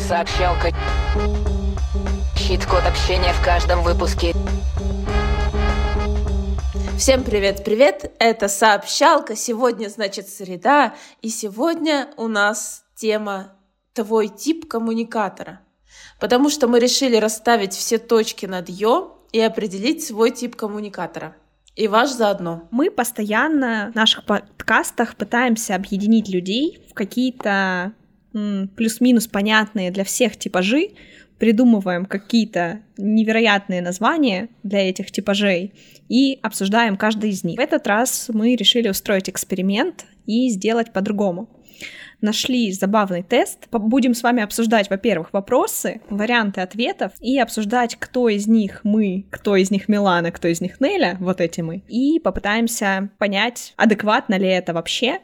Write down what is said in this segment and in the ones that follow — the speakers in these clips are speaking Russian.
Сообщалка. Хит-код общения в каждом выпуске. Всем привет-привет, это Сообщалка, сегодня, значит, среда, и сегодня у нас тема «Твой тип коммуникатора», потому что мы решили расставить все точки над «ё» и определить свой тип коммуникатора. И ваш заодно. Мы постоянно в наших подкастах пытаемся объединить людей в какие-то плюс-минус понятные для всех типажи, придумываем какие-то невероятные названия для этих типажей и обсуждаем каждый из них. В этот раз мы решили устроить эксперимент и сделать по-другому. Нашли забавный тест. Будем с вами обсуждать, во-первых, вопросы, варианты ответов и обсуждать, кто из них мы, кто из них Милана, кто из них Неля, вот эти мы. И попытаемся понять, адекватно ли это вообще.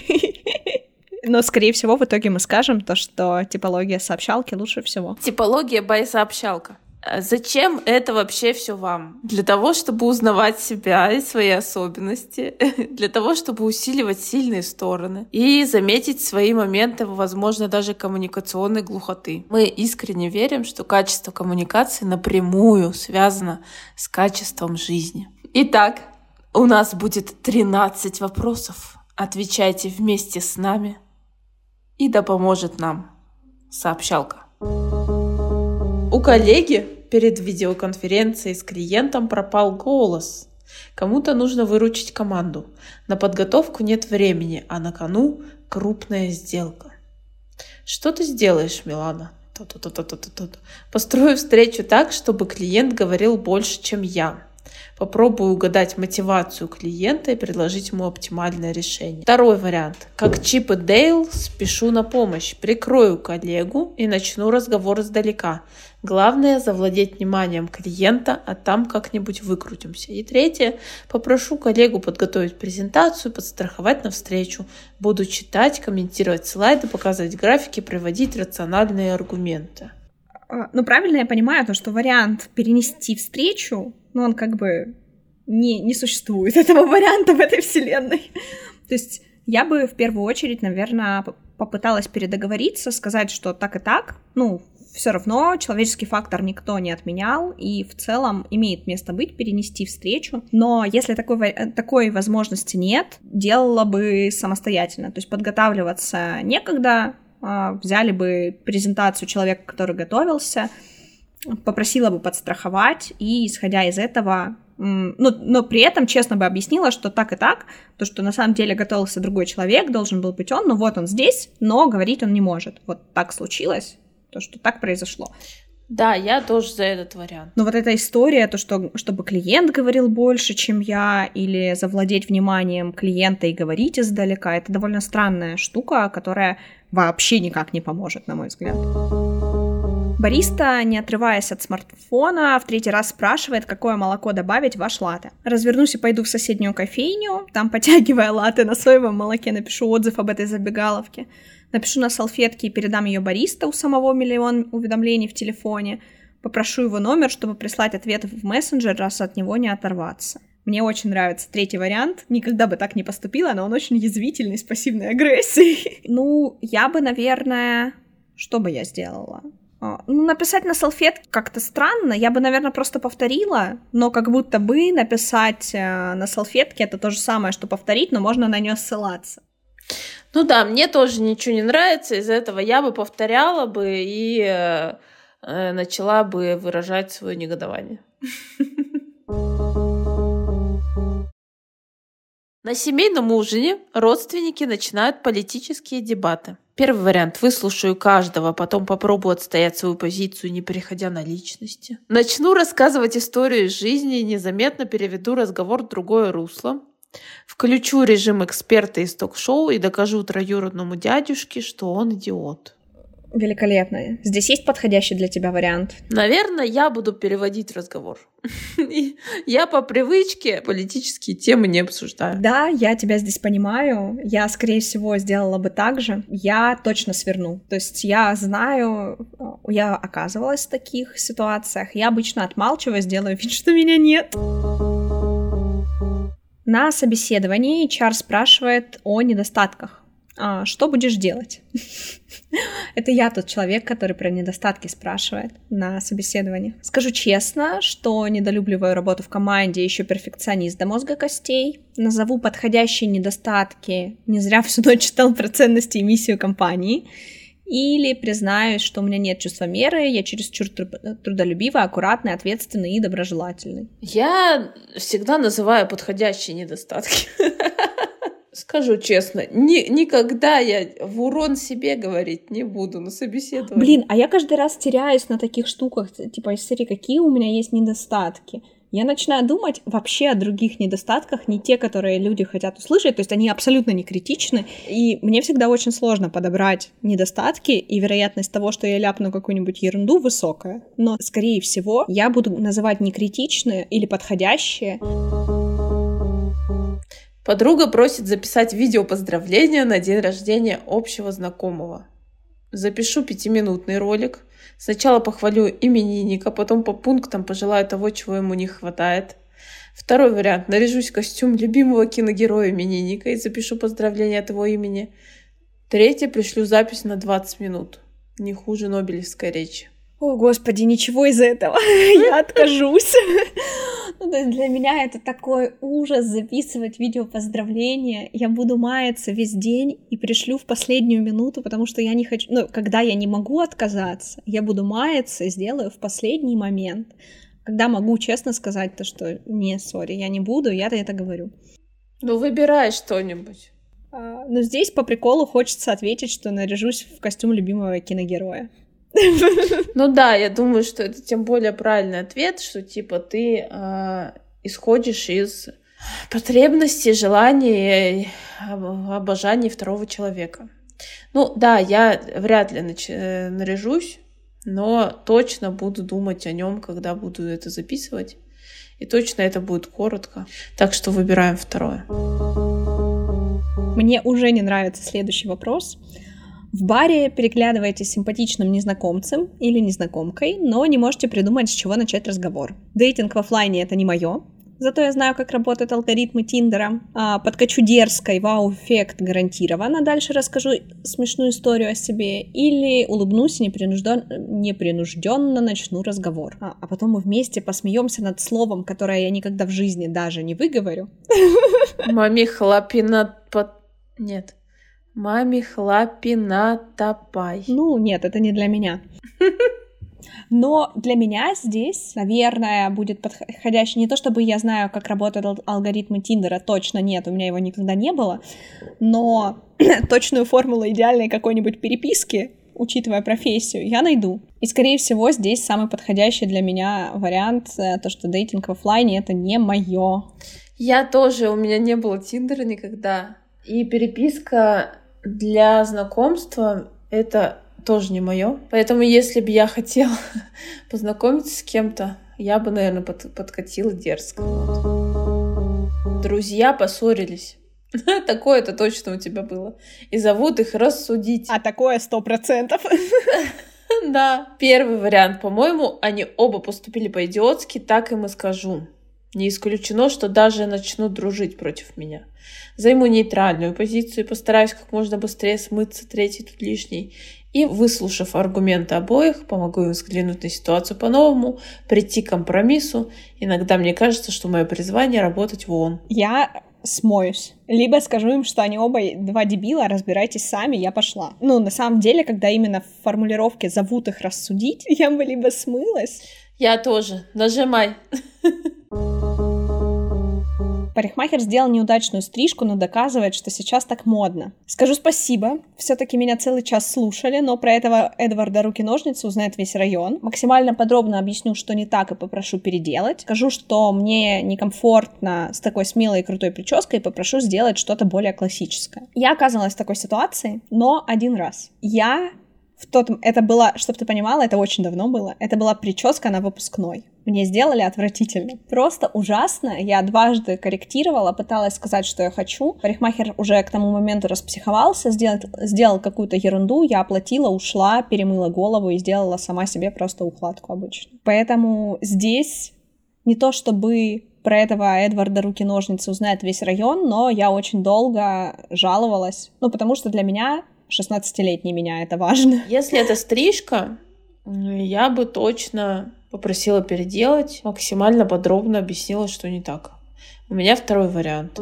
Но, скорее всего, в итоге мы скажем то, что типология сообщалки лучше всего. Типология by сообщалка. Зачем это вообще все вам? Для того, чтобы узнавать себя и свои особенности, для того, чтобы усиливать сильные стороны и заметить свои моменты, возможно, даже коммуникационной глухоты. Мы искренне верим, что качество коммуникации напрямую связано с качеством жизни. Итак, у нас будет 13 вопросов. Отвечайте вместе с нами, и да поможет нам сообщалка. У коллеги перед видеоконференцией с клиентом пропал голос. Кому-то нужно выручить команду. На подготовку нет времени, а на кону крупная сделка. Что ты сделаешь, Милана? Построю встречу так, чтобы клиент говорил больше, чем я. Попробую угадать мотивацию клиента и предложить ему оптимальное решение. Второй вариант. Как Чип и Дейл спешу на помощь. Прикрою коллегу и начну разговор издалека. Главное завладеть вниманием клиента, а там как-нибудь выкрутимся. И третье. Попрошу коллегу подготовить презентацию, подстраховать на встречу. Буду читать, комментировать слайды, показывать графики, приводить рациональные аргументы. Ну, правильно я понимаю, то, что вариант перенести встречу, ну, он как бы не существует этого варианта в этой вселенной. То есть я бы в первую очередь, наверное, попыталась передоговориться, сказать, что так и так, ну, все равно человеческий фактор никто не отменял, и в целом имеет место быть перенести встречу, но если такой возможности нет, делала бы самостоятельно, то есть подготавливаться некогда, взяли бы презентацию человека, который готовился, попросила бы подстраховать, и, исходя из этого, но при этом честно бы объяснила, что так и так, то, что на самом деле готовился другой человек, должен был быть он, но вот он здесь, но говорить он не может. Вот так случилось, то, что так произошло. Да, я тоже за этот вариант. Но вот эта история, то, что чтобы клиент говорил больше, чем я, или завладеть вниманием клиента и говорить издалека, это довольно странная штука, которая вообще никак не поможет, на мой взгляд. Бариста, не отрываясь от смартфона, в третий раз спрашивает, какое молоко добавить в ваш латте. Развернусь и пойду в соседнюю кофейню, там, потягивая латте на соевом молоке, напишу отзыв об этой забегаловке. Напишу на салфетке и передам ее бариста, у самого миллион уведомлений в телефоне. Попрошу его номер, чтобы прислать ответ в мессенджер, раз от него не оторваться. Мне очень нравится третий вариант. Никогда бы так не поступила, но он очень язвительный, с пассивной агрессией. Ну, я бы, наверное... Что бы я сделала? Ну, написать на салфетке как-то странно. Я бы, наверное, просто повторила, но как будто бы написать на салфетке это то же самое, что повторить, но можно на нее ссылаться. Ну да, мне тоже ничего не нравится, из-за этого я бы повторяла бы и начала бы выражать свое негодование. На семейном ужине родственники начинают политические дебаты. Первый вариант. Выслушаю каждого, потом попробую отстоять свою позицию, не переходя на личности. Начну рассказывать историю из жизни и незаметно переведу разговор в другое русло. Включу режим эксперта из ток-шоу и докажу троюродному дядюшке, что он идиот. Великолепно. Здесь есть подходящий для тебя вариант? Наверное, я буду переводить разговор. Я по привычке политические темы не обсуждаю. Да, я тебя здесь понимаю. Я, скорее всего, сделала бы так же. Я точно сверну. То есть я знаю, я оказывалась в таких ситуациях. Я обычно отмалчиваюсь, делаю вид, что меня нет. На собеседовании HR спрашивает о недостатках. Что будешь делать? Это я тот человек, который про недостатки спрашивает на собеседовании. Скажу честно, что недолюбливаю работу в команде, еще перфекционист до мозга костей. Назову подходящие недостатки. Не зря всю ночь читал про ценности и миссию компании. Или признаюсь, что у меня нет чувства меры, я чересчур трудолюбивый, аккуратный, ответственный и доброжелательный. Я всегда называю подходящие недостатки. Скажу честно, никогда я в урон себе говорить не буду на собеседовании. Блин, а я каждый раз теряюсь на таких штуках, типа из серии, какие у меня есть недостатки. Я начинаю думать вообще о других недостатках, не те, которые люди хотят услышать, то есть они абсолютно не критичны, и мне всегда очень сложно подобрать недостатки, и вероятность того, что я ляпну какую-нибудь ерунду, высокая. Но, скорее всего, я буду называть некритичные или подходящие. Подруга просит записать видео поздравления на день рождения общего знакомого. Запишу 5-минутный ролик. Сначала похвалю именинника, потом по пунктам пожелаю того, чего ему не хватает. Второй вариант. Наряжусь в костюм любимого киногероя именинника и запишу поздравление от его имени. Третье. Пришлю запись на 20 минут. Не хуже нобелевской речи. О, Господи, ничего из этого. Я откажусь. Ну, то есть для меня это такой ужас записывать видео поздравления. Я буду маяться весь день и пришлю в последнюю минуту, потому что я не хочу... Ну, когда я не могу отказаться, я буду маяться и сделаю в последний момент. Когда могу честно сказать то, что не, сори, я не буду, я-то это говорю. Ну, выбирай что-нибудь. Но здесь по приколу хочется ответить, что наряжусь в костюм любимого киногероя. Ну да, я думаю, что это тем более правильный ответ, что типа ты исходишь из потребностей, желаний, обожаний второго человека. Ну да, я вряд ли наряжусь, но точно буду думать о нем, когда буду это записывать. И точно это будет коротко. Так что выбираем второе. Мне уже не нравится следующий вопрос. В баре переглядываетесь с симпатичным незнакомцем или незнакомкой, но не можете придумать, с чего начать разговор. Дейтинг в офлайне — это не мое. Зато я знаю, как работают алгоритмы Тиндера. Подкачу дерзкой, вау-эффект гарантированно. Дальше расскажу смешную историю о себе. Или улыбнусь и непринужденно начну разговор. А потом мы вместе посмеемся над словом, которое я никогда в жизни даже не выговорю. Маме хлопина... Нет. Маме хлопина топай. Ну, нет, это не для меня. Но для меня здесь, наверное, будет подходящий... Не то чтобы я знаю, как работают алгоритмы Тиндера, точно нет, у меня его никогда не было, но точную формулу идеальной какой-нибудь переписки, учитывая профессию, я найду. И, скорее всего, здесь самый подходящий для меня вариант, то, что дейтинг в офлайне — это не мое. Я тоже, у меня не было Тиндера никогда. И переписка для знакомства — это тоже не мое. Поэтому, если бы я хотела познакомиться с кем-то, я бы, наверное, подкатила дерзко. Друзья поссорились. Такое-то точно у тебя было. И зовут их рассудить. А такое 100%. Да. Первый вариант, по-моему, они оба поступили по-идиотски, так им и скажу. Не исключено, что даже начнут дружить против меня. Займу нейтральную позицию и постараюсь как можно быстрее смыться, третий тут лишний. И, выслушав аргументы обоих, помогу им взглянуть на ситуацию по-новому, прийти к компромиссу. Иногда мне кажется, что мое призвание — работать в ООН. Я смоюсь. Либо скажу им, что они оба два дебила, разбирайтесь сами, я пошла. Ну, на самом деле, когда именно в формулировке зовут их рассудить, я бы либо смылась. Я тоже. Нажимай. Парикмахер сделал неудачную стрижку, но доказывает, что сейчас так модно. Скажу спасибо, все-таки меня целый час слушали, но про этого Эдварда руки-ножницы узнает весь район. Максимально подробно объясню, что не так, и попрошу переделать. Скажу, что мне некомфортно с такой смелой и крутой прической, и попрошу сделать что-то более классическое. Я оказалась в такой ситуации, но один раз. Это было, чтобы ты понимала, это очень давно было. Это была прическа на выпускной. Мне сделали отвратительно. Просто ужасно. Я дважды корректировала, пыталась сказать, что я хочу. Парикмахер уже к тому моменту распсиховался, сделал какую-то ерунду, я оплатила, ушла, перемыла голову и сделала сама себе просто укладку обычную. Поэтому здесь не то чтобы про этого Эдварда руки-ножницы узнает весь район, но я очень долго жаловалась. Потому что для меня, 16-летней меня, это важно. Если это стрижка, я бы точно попросила переделать, максимально подробно объяснила, что не так. У меня второй вариант.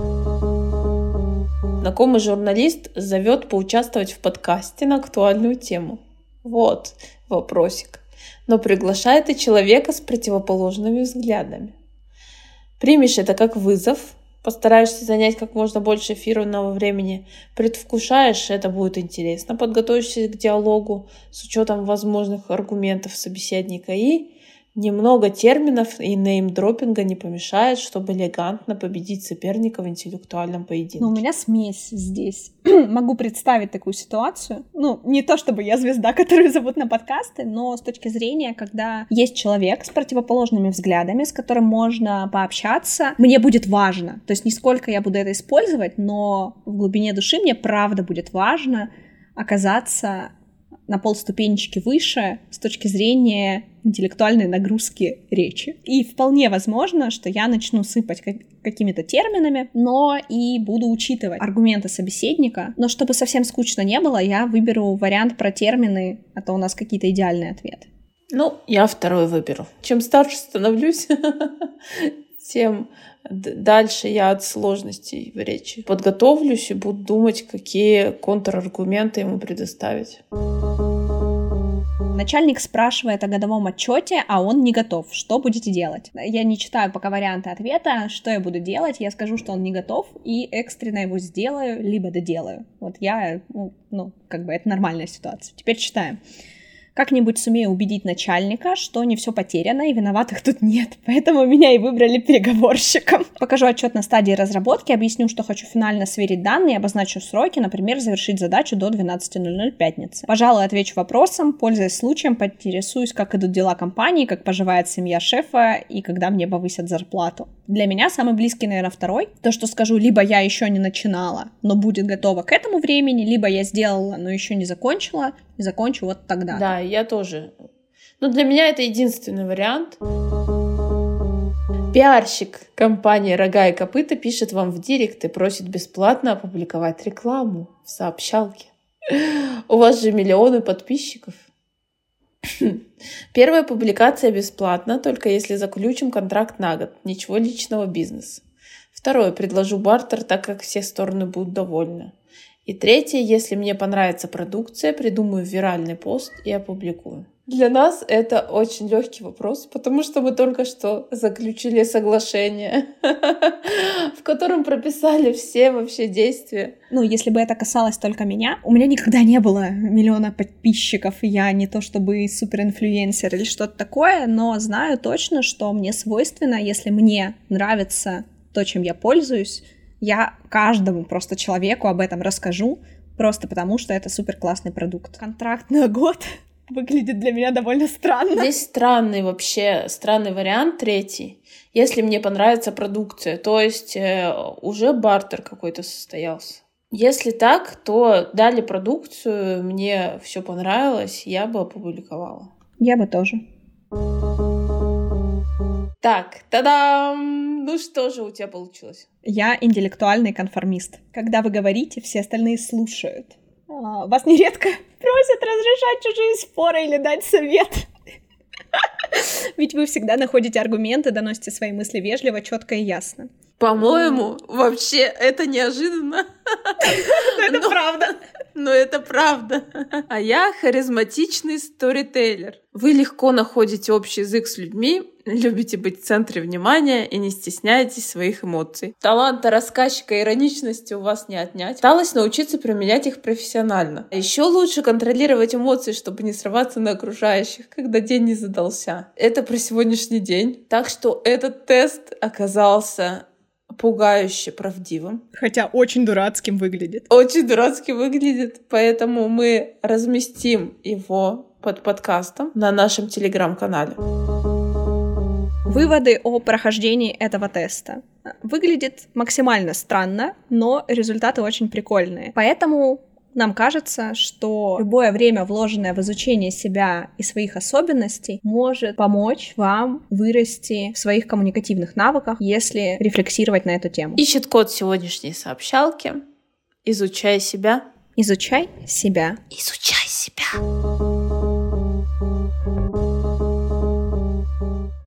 Знакомый журналист зовет поучаствовать в подкасте на актуальную тему. Вот вопросик. Но приглашает и человека с противоположными взглядами. Примешь это как вызов, постараешься занять как можно больше эфирного времени, предвкушаешь, это будет интересно, подготовишься к диалогу с учетом возможных аргументов собеседника и немного терминов и неймдропинга не помешает, чтобы элегантно победить соперника в интеллектуальном поединке. У меня смесь здесь. Могу представить такую ситуацию. Не то чтобы я звезда, которую зовут на подкасты, но с точки зрения, когда есть человек с противоположными взглядами, с которым можно пообщаться, мне будет важно. То есть не сколько я буду это использовать, но в глубине души мне правда будет важно оказаться на полступенечки выше с точки зрения интеллектуальной нагрузки речи. И вполне возможно, что я начну сыпать какими-то терминами, но и буду учитывать аргументы собеседника. Но чтобы совсем скучно не было, я выберу вариант про термины, а то у нас какие-то идеальные ответы. Я второй выберу. Чем старше становлюсь, тем дальше я от сложностей в речи подготовлюсь и буду думать, какие контраргументы ему предоставить. Начальник спрашивает о годовом отчете, а он не готов. Что будете делать? Я не читаю пока варианты ответа, что я буду делать. Я скажу, что он не готов, и экстренно его сделаю, либо доделаю. Это нормальная ситуация. Теперь читаем. Как-нибудь сумею убедить начальника, что не все потеряно и виноватых тут нет, поэтому меня и выбрали переговорщиком. Покажу отчет на стадии разработки, объясню, что хочу финально сверить данные, обозначу сроки, например, завершить задачу до 12:00 пятницы. Пожалуй, отвечу вопросом, пользуясь случаем, поинтересуюсь, как идут дела компании, как поживает семья шефа и когда мне повысят зарплату. Для меня самый близкий, наверное, второй. То, что скажу, либо я еще не начинала, но будет готова к этому времени, либо я сделала, но еще не закончила, и закончу вот тогда. Да, я тоже. Для меня это единственный вариант. Пиарщик компании «Рога и копыта» пишет вам в директ и просит бесплатно опубликовать рекламу в сообщалке. У вас же миллионы подписчиков. Первая публикация бесплатна, только если заключим контракт на год. Ничего личного бизнеса. Второе. Предложу бартер, так как все стороны будут довольны. И третье. Если мне понравится продукция, придумаю виральный пост и опубликую. Для нас это очень легкий вопрос, потому что мы только что заключили соглашение, в котором прописали все вообще действия. Если бы это касалось только меня, у меня никогда не было миллиона подписчиков, и я не то чтобы суперинфлюенсер или что-то такое, но знаю точно, что мне свойственно, если мне нравится то, чем я пользуюсь, я каждому просто человеку об этом расскажу, просто потому что это супер классный продукт. Контракт на год выглядит для меня довольно странно. Здесь странный вариант, третий. Если мне понравится продукция, то есть уже бартер какой-то состоялся. Если так, то дали продукцию, мне все понравилось, я бы опубликовала. Я бы тоже. Так, та-дам! Что же у тебя получилось? Я интеллектуальный конформист. Когда вы говорите, все остальные слушают. Вас нередко просят разрешать чужие споры или дать совет. Ведь вы всегда находите аргументы, доносите свои мысли вежливо, четко и ясно. По-моему, вообще это неожиданно. Это правда. Но это правда. А я харизматичный сторителлер. Вы легко находите общий язык с людьми, любите быть в центре внимания и не стесняетесь своих эмоций. Таланта рассказчика и ироничности у вас не отнять. Осталось научиться применять их профессионально. Еще лучше контролировать эмоции, чтобы не срываться на окружающих, когда день не задался. Это про сегодняшний день. Так что этот тест оказался пугающе правдивым. Хотя очень дурацким выглядит. Очень дурацким выглядит, поэтому мы разместим его под подкастом на нашем телеграм-канале. Выводы о прохождении этого теста. Выглядит максимально странно, но результаты очень прикольные. Поэтому Нам кажется, что любое время, вложенное в изучение себя и своих особенностей, может помочь вам вырасти в своих коммуникативных навыках, если рефлексировать на эту тему. Ищет код сегодняшней сообщалки. Изучай себя. Изучай себя. Изучай себя.